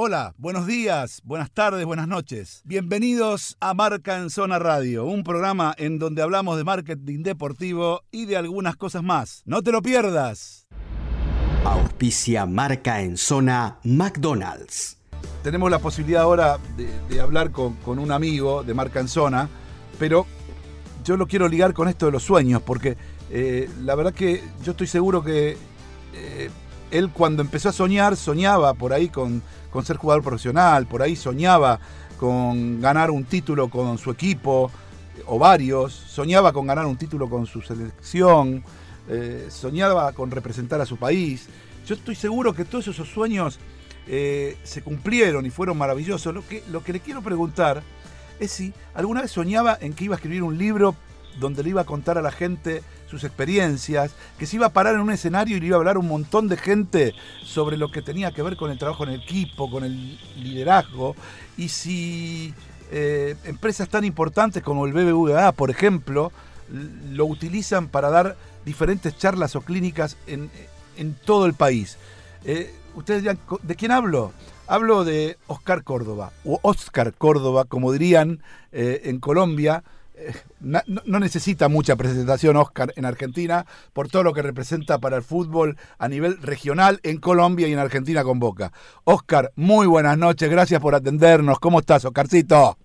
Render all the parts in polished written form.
Hola, buenos días, buenas tardes, buenas noches. Bienvenidos a Marca en Zona Radio, un programa en donde hablamos de marketing deportivo y de algunas cosas más. ¡No te lo pierdas! Auspicia Marca en Zona McDonald's. Tenemos la posibilidad ahora de hablar con un amigo de Marca en Zona, pero yo lo quiero ligar con esto de los sueños, porque la verdad que yo estoy seguro que él cuando empezó a soñar, soñaba por ahí con ser jugador profesional, por ahí soñaba con ganar un título con su equipo, o varios, soñaba con ganar un título con su selección, soñaba con representar a su país. Yo estoy seguro que todos esos sueños se cumplieron y fueron maravillosos. Lo que le quiero preguntar es si alguna vez soñaba en que iba a escribir un libro donde le iba a contar a la gente sus experiencias, que se iba a parar en un escenario y le iba a hablar a un montón de gente sobre lo que tenía que ver con el trabajo en equipo, con el liderazgo, y si empresas tan importantes como el BBVA, por ejemplo, lo utilizan para dar diferentes charlas o clínicas en todo el país. Ustedes dirán, ¿de quién hablo? Hablo de Oscar Córdoba, o Oscar Córdoba, como dirían en Colombia. No necesita mucha presentación Oscar en Argentina por todo lo que representa para el fútbol a nivel regional en Colombia y en Argentina con Boca. Oscar, muy buenas noches, gracias por atendernos. ¿Cómo estás, Oscarcito?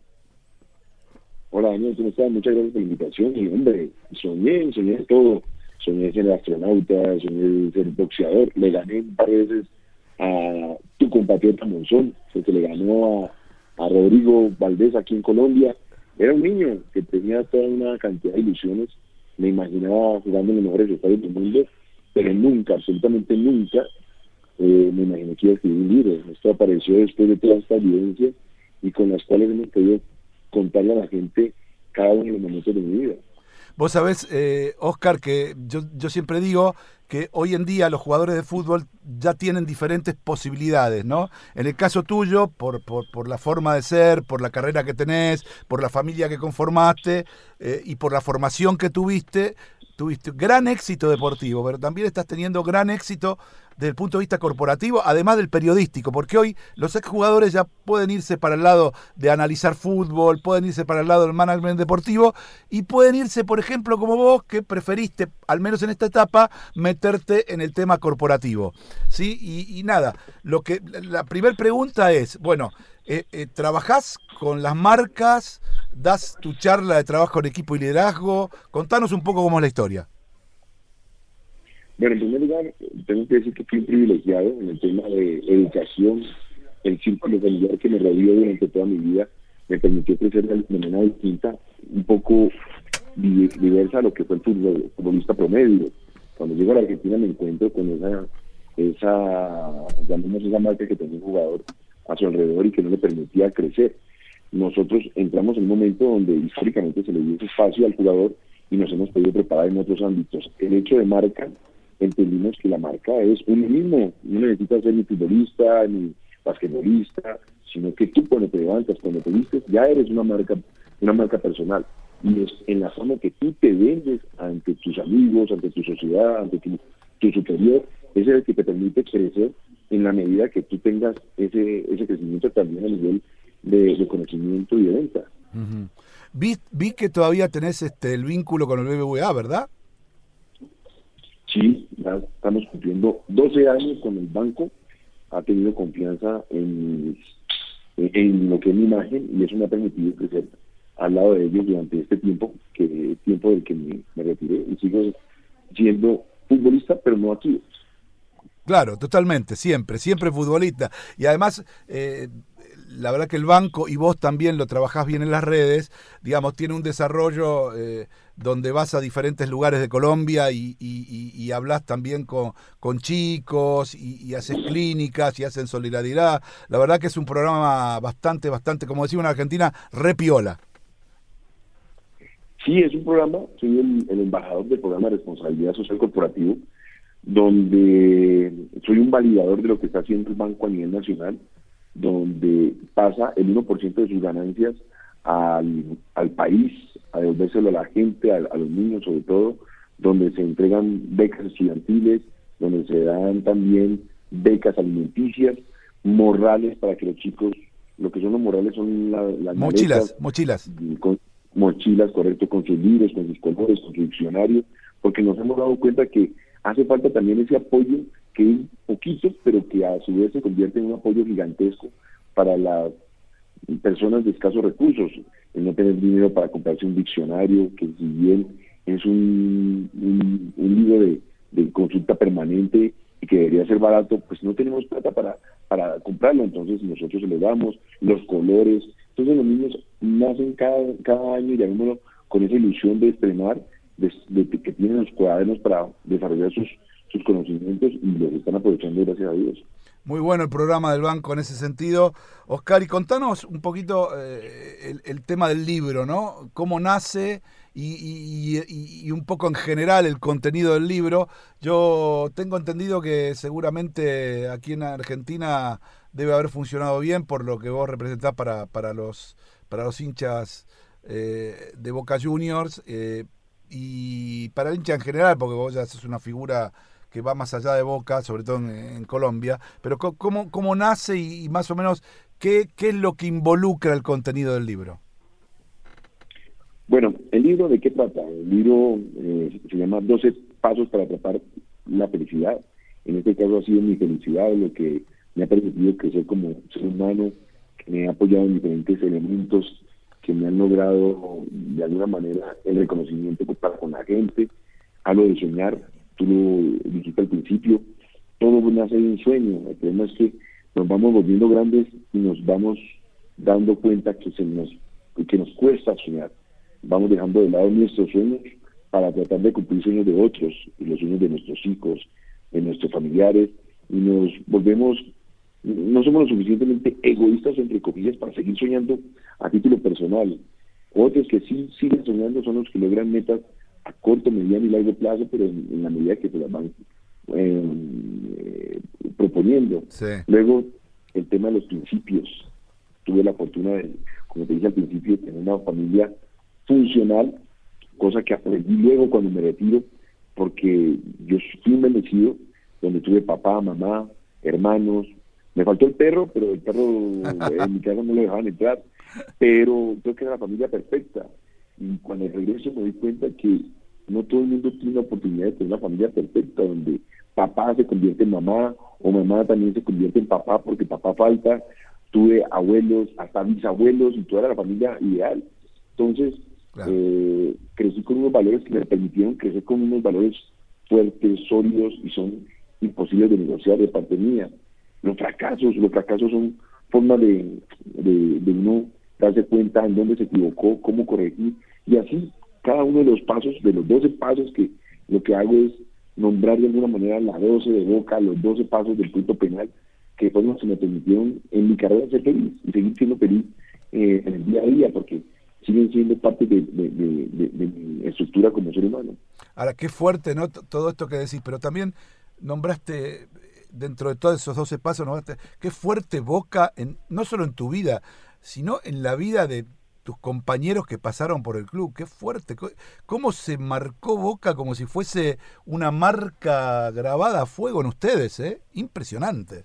Hola, Daniel, ¿cómo estás? Muchas gracias por la invitación. Y hombre, soñé todo. Soñé ser astronauta, soñé ser boxeador. Le gané un par de veces a tu compatriota Monzón, que le ganó a Rodrigo Valdés aquí en Colombia. Era un niño que tenía toda una cantidad de ilusiones. Me imaginaba jugando en los mejores estadios del mundo, pero nunca, absolutamente nunca, me imaginé que iba a escribir un libro. Esto apareció después de todas estas vivencias y con las cuales hemos podido contarle a la gente cada uno de los momentos de mi vida. Vos sabés, Oscar, que yo siempre digo que hoy en día los jugadores de fútbol ya tienen diferentes posibilidades, ¿no? En el caso tuyo, por la forma de ser, por la carrera que tenés, por la familia que conformaste y por la formación que tuviste gran éxito deportivo, pero también estás teniendo gran éxito desde el punto de vista corporativo, además del periodístico, porque hoy los exjugadores ya pueden irse para el lado de analizar fútbol, pueden irse para el lado del management deportivo y pueden irse, por ejemplo, como vos, que preferiste, al menos en esta etapa, meterte en el tema corporativo, ¿sí? Y nada, la primera pregunta es, bueno, ¿trabajás con las marcas? ¿Das tu charla de trabajo en equipo y liderazgo? Contanos un poco cómo es la historia. Bueno, en primer lugar, tengo que decir que fui un privilegiado en el tema de educación. El círculo familiar que me rodeó durante toda mi vida me permitió crecer de manera distinta, un poco diversa a lo que fue el futbolista promedio. Cuando llego a la Argentina me encuentro con llamemos esa marca que tenía un jugador a su alrededor y que no le permitía crecer. Nosotros entramos en un momento donde históricamente se le dio ese espacio al jugador y nos hemos podido preparar en otros ámbitos. El hecho de marca, entendimos que la marca es uno mismo. No necesitas ser ni futbolista, ni basquetbolista, sino que tú cuando te levantas, cuando te vistes, ya eres una marca personal. Y es en la forma que tú te vendes ante tus amigos, ante tu sociedad, ante tu superior, ese es el que te permite crecer en la medida que tú tengas ese crecimiento también a nivel de conocimiento y de venta. Uh-huh. Vi que todavía tenés el vínculo con el BBVA, ¿verdad? Sí, ya estamos cumpliendo 12 años con el banco. Ha tenido confianza en lo que es mi imagen y eso me ha permitido crecer al lado de ellos durante este tiempo del que me retiré y sigo siendo futbolista, pero no aquí. Claro, totalmente, siempre futbolista. Y además, la verdad que el banco, y vos también lo trabajás bien en las redes, digamos, tiene un desarrollo donde vas a diferentes lugares de Colombia y hablas también con chicos y haces clínicas y hacen solidaridad. La verdad que es un programa bastante, como decimos en Argentina, re piola. Sí, es un programa, soy el embajador del programa de responsabilidad social corporativo, donde soy un validador de lo que está haciendo el banco a nivel nacional, donde pasa el 1% de sus ganancias al país, a devolvérselo a la gente, a los niños sobre todo, donde se entregan becas estudiantiles, donde se dan también becas alimenticias, morrales para que los chicos, lo que son los morrales son las mochilas, maletas, con mochilas, correcto, con sus libros, con sus colores, con su diccionario, porque nos hemos dado cuenta que hace falta también ese apoyo que es poquito, pero que a su vez se convierte en un apoyo gigantesco para las personas de escasos recursos, el no tener dinero para comprarse un diccionario, que si bien es un libro de consulta permanente y que debería ser barato, pues no tenemos plata para comprarlo, entonces nosotros se le damos los colores. Entonces los niños nacen cada año, llamémoslo, con esa ilusión de estrenar, de que tienen los cuadernos para desarrollar sus conocimientos y los están aprovechando, gracias a Dios. Muy bueno el programa del banco en ese sentido. Oscar, y contanos un poquito el tema del libro, ¿no? Cómo nace y un poco en general el contenido del libro. Yo tengo entendido que seguramente aquí en Argentina debe haber funcionado bien por lo que vos representás para los hinchas de Boca Juniors y para el hincha en general, porque vos ya sos una figura que va más allá de Boca, sobre todo en Colombia, pero ¿cómo nace y más o menos qué es lo que involucra el contenido del libro? Bueno, ¿el libro de qué trata? El libro se llama 12 pasos para atrapar la felicidad. En este caso ha sido mi felicidad lo que me ha permitido crecer como ser humano, que me ha apoyado en diferentes elementos que me han logrado de alguna manera el reconocimiento para con la gente. Hablo de soñar. Tú lo dijiste al principio, todo nace de un sueño. El problema es que nos vamos volviendo grandes y nos vamos dando cuenta que nos cuesta soñar. Vamos dejando de lado nuestros sueños para tratar de cumplir sueños de otros, y los sueños de nuestros hijos, de nuestros familiares, y nos volvemos, no somos lo suficientemente egoístas, entre comillas, para seguir soñando a título personal. Otros que sí siguen soñando son los que logran metas a corto, mediano y largo plazo, pero en la medida que se las van proponiendo. Sí. Luego, el tema de los principios. Tuve la fortuna de, como te dije al principio, de tener una familia funcional, cosa que aprendí luego cuando me retiro, porque yo fui un bendecido, donde tuve papá, mamá, hermanos. Me faltó el perro, pero el perro en mi casa no lo dejaban entrar, pero creo que era la familia perfecta. Y cuando regreso me doy cuenta que no todo el mundo tiene la oportunidad de tener una familia perfecta, donde papá se convierte en mamá, o mamá también se convierte en papá porque papá falta. Tuve abuelos, hasta bisabuelos, y toda la familia ideal. Entonces, claro, crecí con unos valores que me permitieron crecer con unos valores fuertes, sólidos, y son imposibles de negociar de parte mía. Los fracasos son formas de uno darse cuenta en dónde se equivocó, cómo corregir, y así cada uno de los pasos, de los 12 pasos, que lo que hago es nombrar de alguna manera las 12 de Boca, los 12 pasos del punto penal, que fueron los que me permitieron en mi carrera ser feliz y seguir siendo feliz en el día a día, porque siguen siendo parte de mi estructura como ser humano. Ahora, qué fuerte, ¿no? Todo esto que decís, pero también nombraste, dentro de todos esos 12 pasos, nombraste, qué fuerte Boca, no solo en tu vida, sino en la vida de tus compañeros que pasaron por el club. Qué fuerte, cómo se marcó Boca como si fuese una marca grabada a fuego en ustedes, ¿eh? Impresionante.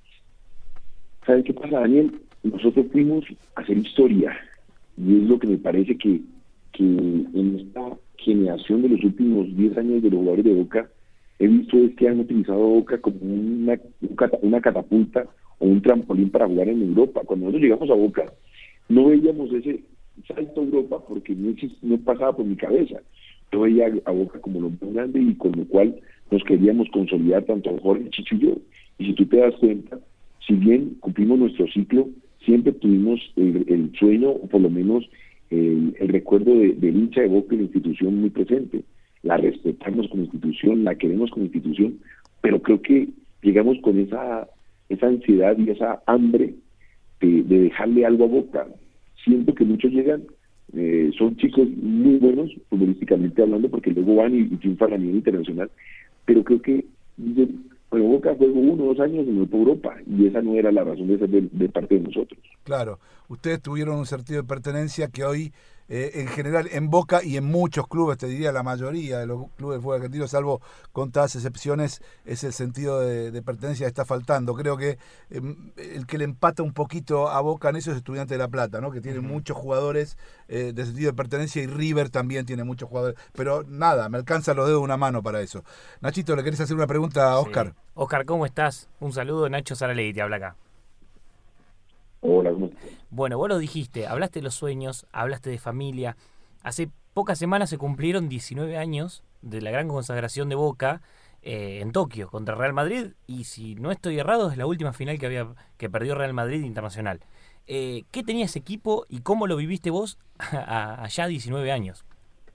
¿Sabes qué pasa, Daniel? Nosotros fuimos a hacer historia, y es lo que me parece que en esta generación de los últimos 10 años de los jugadores de Boca, he visto es que han utilizado Boca como una catapulta o un trampolín para jugar en Europa. Cuando nosotros llegamos a Boca, no veíamos ese salto a Europa porque no pasaba por mi cabeza. Yo veía a Boca como lo más grande, y con lo cual nos queríamos consolidar tanto Jorge, Chicho y yo. Y si tú te das cuenta, si bien cumplimos nuestro ciclo, siempre tuvimos el sueño, o por lo menos el recuerdo del hincha de Boca y la institución muy presente. La respetamos como institución, la queremos como institución, pero creo que llegamos con esa ansiedad y esa hambre de dejarle algo a Boca. Siento que muchos llegan, son chicos muy buenos, futbolísticamente hablando, porque luego van y triunfan a nivel internacional, pero creo que dicen, bueno, Boca juego 1 o 2 años y me voy por Europa, y esa no era la razón de ser de parte de nosotros. Claro, ustedes tuvieron un sentido de pertenencia que hoy en general en Boca y en muchos clubes, te diría la mayoría de los clubes de fútbol argentino, salvo contadas excepciones, es el sentido de pertenencia que está faltando. Creo que el que le empata un poquito a Boca en eso es Estudiantes de La Plata, ¿no? Que tiene muchos jugadores de sentido de pertenencia, y River también tiene muchos jugadores, pero nada, me alcanzan los dedos de una mano para eso. Nachito, ¿le querés hacer una pregunta a Oscar? Sí. Oscar, ¿cómo estás? Un saludo, Nacho Saralegui te habla acá. Hola, ¿cómo estás? Bueno, vos lo dijiste, hablaste de los sueños, hablaste de familia. Hace pocas semanas se cumplieron 19 años de la gran consagración de Boca en Tokio contra Real Madrid, y si no estoy errado es la última final que perdió Real Madrid Internacional. ¿Qué tenía ese equipo y cómo lo viviste vos allá 19 años?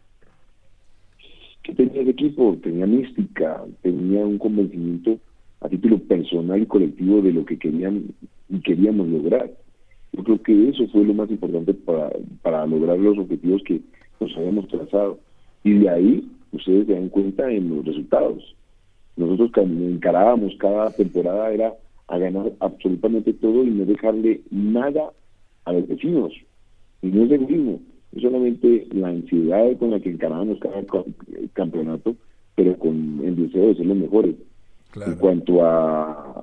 ¿Qué tenía ese equipo? Tenía mística, tenía un convencimiento a título personal y colectivo de lo que querían y queríamos lograr. Yo creo que eso fue lo más importante para lograr los objetivos que nos habíamos trazado. Y de ahí, ustedes se dan cuenta en los resultados. Nosotros encarábamos cada temporada era a ganar absolutamente todo y no dejarle nada a los vecinos. Y no es egoísmo, es solamente la ansiedad con la que encarábamos cada campeonato, pero con el deseo de ser los mejores. Claro. En cuanto a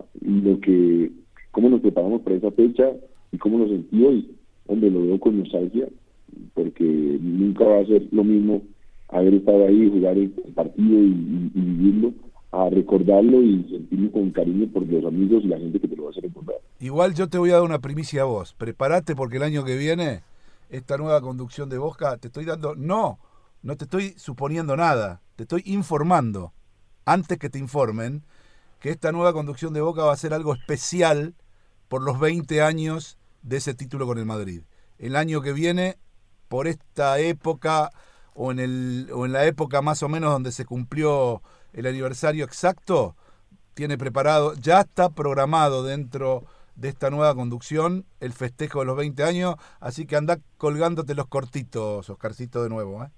cómo nos preparamos para esa fecha y cómo lo sentí hoy, hombre, lo veo con nostalgia, porque nunca va a ser lo mismo haber estado ahí, jugar el partido y vivirlo, a recordarlo y sentirlo con cariño por los amigos y la gente que te lo va a hacer recordar. Igual yo te voy a dar una primicia a vos. Prepárate, porque el año que viene, esta nueva conducción de Boca, te estoy dando... No te estoy suponiendo nada, te estoy informando, antes que te informen, que esta nueva conducción de Boca va a ser algo especial por los 20 años de ese título con el Madrid. El año que viene, por esta época, o en la época más o menos donde se cumplió el aniversario exacto, tiene preparado, ya está programado dentro de esta nueva conducción el festejo de los 20 años, así que anda colgándote los cortitos, Oscarcito, de nuevo, ¿eh?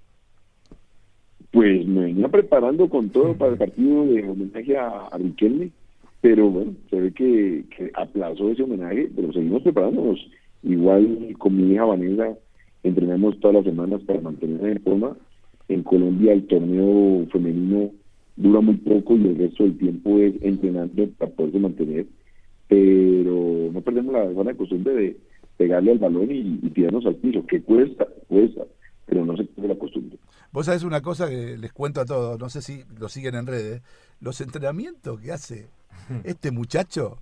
Pues me venía preparando con todo para el partido de homenaje a Riquelme, pero bueno, se ve que aplazó ese homenaje, pero seguimos preparándonos. Igual con mi hija Vanessa entrenamos todas las semanas para mantenerla en forma. En Colombia el torneo femenino dura muy poco y el resto del tiempo es entrenando para poderse mantener, pero no perdemos la buena costumbre de pegarle al balón y tirarnos al piso, que cuesta, pero no se pierde la costumbre. Vos sabés una cosa que les cuento a todos, no sé si lo siguen en redes, los entrenamientos que hace este muchacho,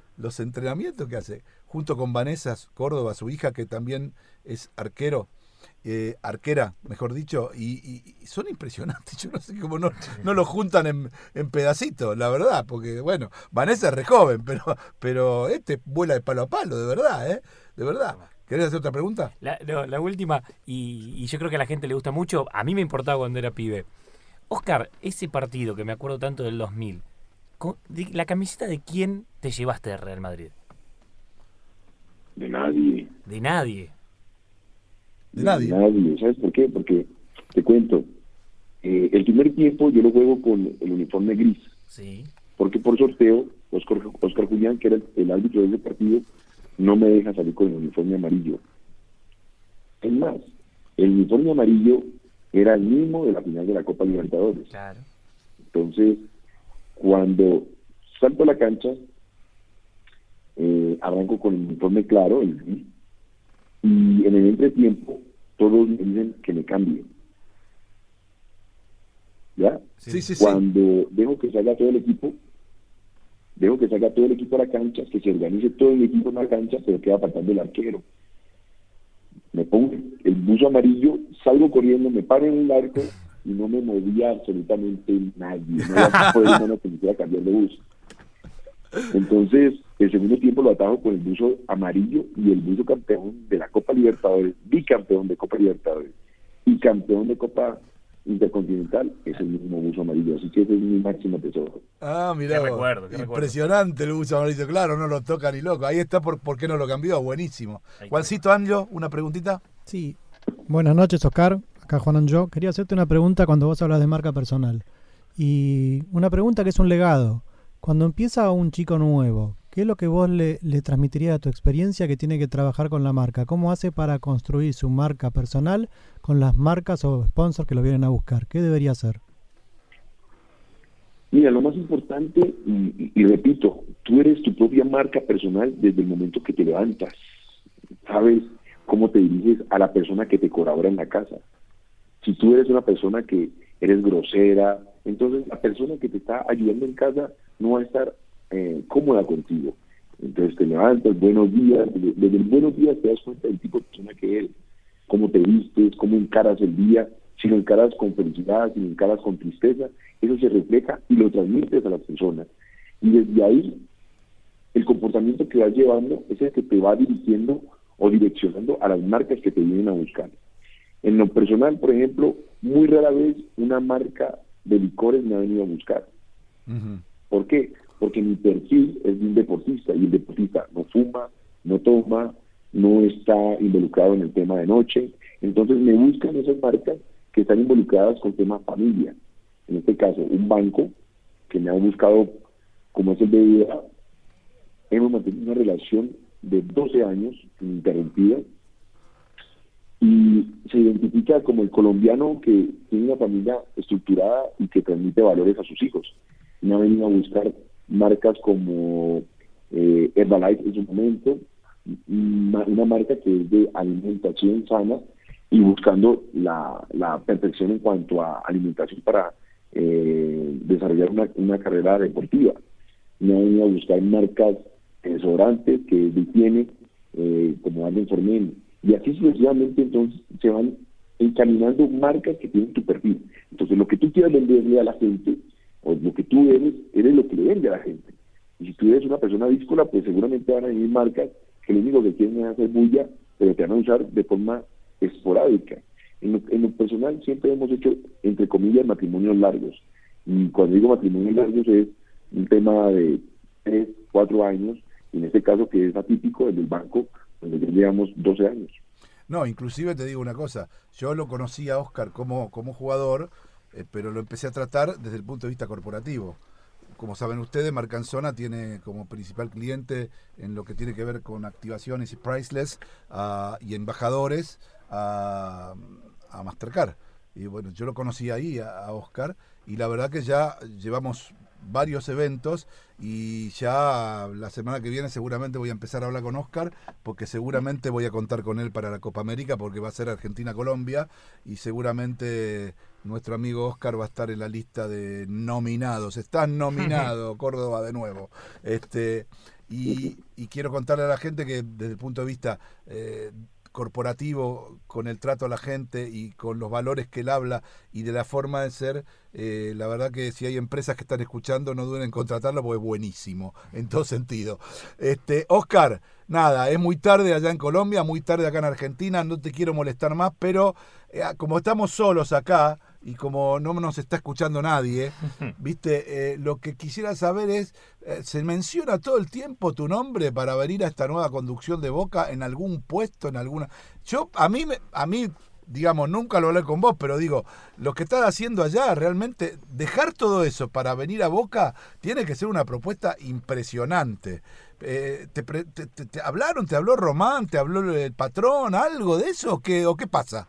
junto con Vanessa Córdoba, su hija, que también es arquera, mejor dicho, y son impresionantes. Yo no sé cómo no lo juntan en pedacitos, la verdad, porque bueno, Vanessa es re joven, pero vuela de palo a palo, de verdad, de verdad. ¿Querés hacer otra pregunta? La última, y yo creo que a la gente le gusta mucho, a mí me importaba cuando era pibe. Oscar, ese partido que me acuerdo tanto del 2000, ¿la camiseta de quién te llevaste de Real Madrid? De nadie. ¿De nadie? De nadie. ¿Sabes por qué? Porque, te cuento, el primer tiempo yo lo juego con el uniforme gris. Sí. Porque por sorteo, Oscar Julián, que era el árbitro de ese partido, no me deja salir con el uniforme amarillo. Es más, el uniforme amarillo era el mismo de la final de la Copa Libertadores. Claro. Entonces, cuando salto a la cancha, arranco con el uniforme claro, el gris, y en el entretiempo todos me dicen que me cambie. ¿Ya? Sí. Cuando dejo que salga todo el equipo a la cancha, que se organice todo el equipo en la cancha, pero queda faltando el arquero. Me pongo el buzo amarillo, salgo corriendo, me paro en el arco y no me movía absolutamente nadie. No había poder humano que me hiciera cambiar de buzo. Entonces, el segundo tiempo lo atajo con el buzo amarillo y el buzo campeón de la Copa Libertadores, bicampeón de Copa Libertadores y campeón de Copa Intercontinental, es el mismo buzo amarillo, así que ese es mi máximo tesoro. Ah, mirá, impresionante el buzo amarillo, claro, no lo toca ni loco. Ahí está por qué no lo cambió, buenísimo. Juancito Anjo, una preguntita. Sí, buenas noches, Oscar, acá Juan Anjo. Quería hacerte una pregunta cuando vos hablas de marca personal. Y una pregunta que es un legado. Cuando empieza un chico nuevo, ¿qué es lo que vos le transmitirías a tu experiencia que tiene que trabajar con la marca? ¿Cómo hace para construir su marca personal con las marcas o sponsors que lo vienen a buscar? ¿Qué debería hacer? Mira, lo más importante, y repito, tú eres tu propia marca personal desde el momento que te levantas. Sabes cómo te diriges a la persona que te colabora en la casa. Si tú eres una persona que eres grosera, entonces la persona que te está ayudando en casa no va a estar cómoda contigo. Entonces te levantas, buenos días, desde el buenos días te das cuenta del tipo de persona que eres, cómo te vistes, cómo encaras el día. Si lo encaras con felicidad, si lo encaras con tristeza, eso se refleja y lo transmites a las personas. Y desde ahí, el comportamiento que vas llevando es el que te va dirigiendo o direccionando a las marcas que te vienen a buscar. En lo personal, por ejemplo, muy rara vez una marca de licores me ha venido a buscar. Uh-huh. ¿Por qué? Porque mi perfil es de un deportista, y el deportista no fuma, no toma, no está involucrado en el tema de noche. Entonces me buscan esas marcas que están involucradas con temas familia. En este caso, un banco que me ha buscado, como es el BBVA, hemos mantenido una relación de 12 años ininterrumpida, y se identifica como el colombiano que tiene una familia estructurada y que transmite valores a sus hijos. Me ha venido a buscar marcas como Herbalife en su momento, una marca que es de alimentación sana y buscando la perfección en cuanto a alimentación para desarrollar una carrera deportiva. Me ha venido a buscar marcas desodorantes que de higiene, como Arden Formen, y así sucesivamente. Entonces se van encaminando marcas que tienen tu perfil. Entonces lo que tú quieras venderle a la gente, o lo que tú eres lo que le vende a la gente. Y si tú eres una persona díscola, pues seguramente van a venir marcas que lo único que quieren es hacer bulla, pero te van a usar de forma esporádica. En lo personal siempre hemos hecho, entre comillas, matrimonios largos. Y cuando digo matrimonios largos es un tema de 3, 4 años, y en este caso que es atípico, el del banco, donde ya llevamos 12 años. No, inclusive te digo una cosa, yo lo conocí a Oscar como jugador, pero lo empecé a tratar desde el punto de vista corporativo. Como saben ustedes, Marcanzona tiene como principal cliente en lo que tiene que ver con activaciones y priceless y embajadores a Mastercard. Y bueno, yo lo conocí ahí a Oscar, y la verdad que ya llevamos varios eventos, y ya la semana que viene seguramente voy a empezar a hablar con Oscar, porque seguramente voy a contar con él para la Copa América, porque va a ser Argentina-Colombia, y seguramente nuestro amigo Oscar va a estar en la lista de nominados. Estás nominado, Córdoba, de nuevo. Y quiero contarle a la gente que desde el punto de vista corporativo, con el trato a la gente y con los valores que él habla y de la forma de ser, la verdad que si hay empresas que están escuchando, no duden en contratarlo, porque es buenísimo en todo sentido. Oscar, nada, es muy tarde allá en Colombia, muy tarde acá en Argentina, no te quiero molestar más, pero como estamos solos acá y como no nos está escuchando nadie, viste, lo que quisiera saber es, ¿se menciona todo el tiempo tu nombre para venir a esta nueva conducción de Boca en algún puesto, en alguna? A mí, digamos, nunca lo hablé con vos, pero digo, lo que estás haciendo allá, realmente, dejar todo eso para venir a Boca, tiene que ser una propuesta impresionante. ¿Te hablaron? ¿Te habló Román? ¿Te habló el patrón? ¿Algo de eso? ¿O qué pasa?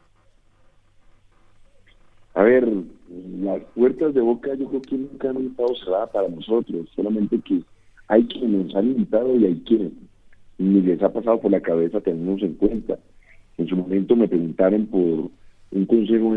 A ver, las puertas de Boca yo creo que nunca han estado cerradas para nosotros, solamente que hay quienes nos han invitado y hay quienes ni les ha pasado por la cabeza tenernos en cuenta. En su momento me preguntaron por un consejo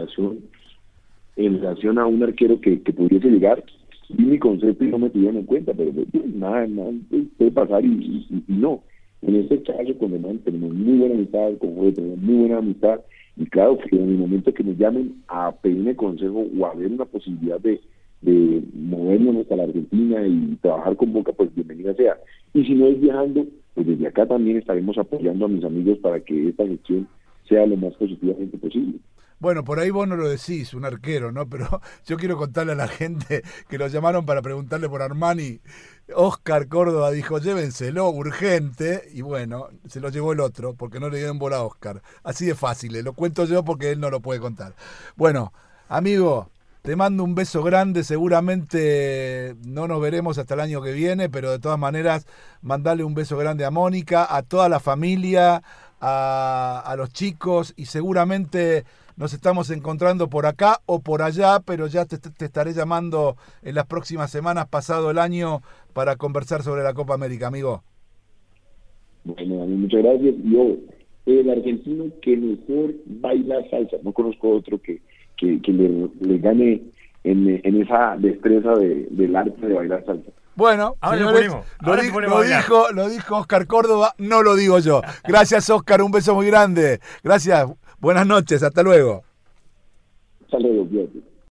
en relación a un arquero que pudiese llegar, di mi concepto y no me tuvieron en cuenta, pero pues, nada, puede pasar y no. En este caso, con Román tenemos muy buena amistad, con Jorge tenemos muy buena amistad, y claro, que en el momento que nos llamen a pedirme consejo o a ver una posibilidad de movernos hasta la Argentina y trabajar con Boca, pues bienvenida sea. Y si no es viajando, pues desde acá también estaremos apoyando a mis amigos para que esta gestión sea lo más positivamente posible. Bueno, por ahí vos no lo decís, un arquero, ¿no? Pero yo quiero contarle a la gente que lo llamaron para preguntarle por Armani. Oscar Córdoba dijo, llévenselo, urgente, y bueno, se lo llevó el otro, porque no le dieron bola a Oscar. Así de fácil, lo cuento yo porque él no lo puede contar. Bueno, amigo, Te mando un beso grande, seguramente no nos veremos hasta el año que viene, pero de todas maneras, mandale un beso grande a Mónica, a toda la familia, a los chicos, y seguramente nos estamos encontrando por acá o por allá, pero ya te estaré llamando en las próximas semanas, pasado el año, para conversar sobre la Copa América, amigo. Bueno, Dani, muchas gracias. Yo, el argentino que mejor baila salsa, no conozco otro que le gane en esa destreza del arte de bailar salsa. Bueno, ahora señores, lo dijo Oscar Córdoba, no lo digo yo. Gracias, Oscar, un beso muy grande. Gracias, buenas noches, hasta luego. Hasta luego, fíjate.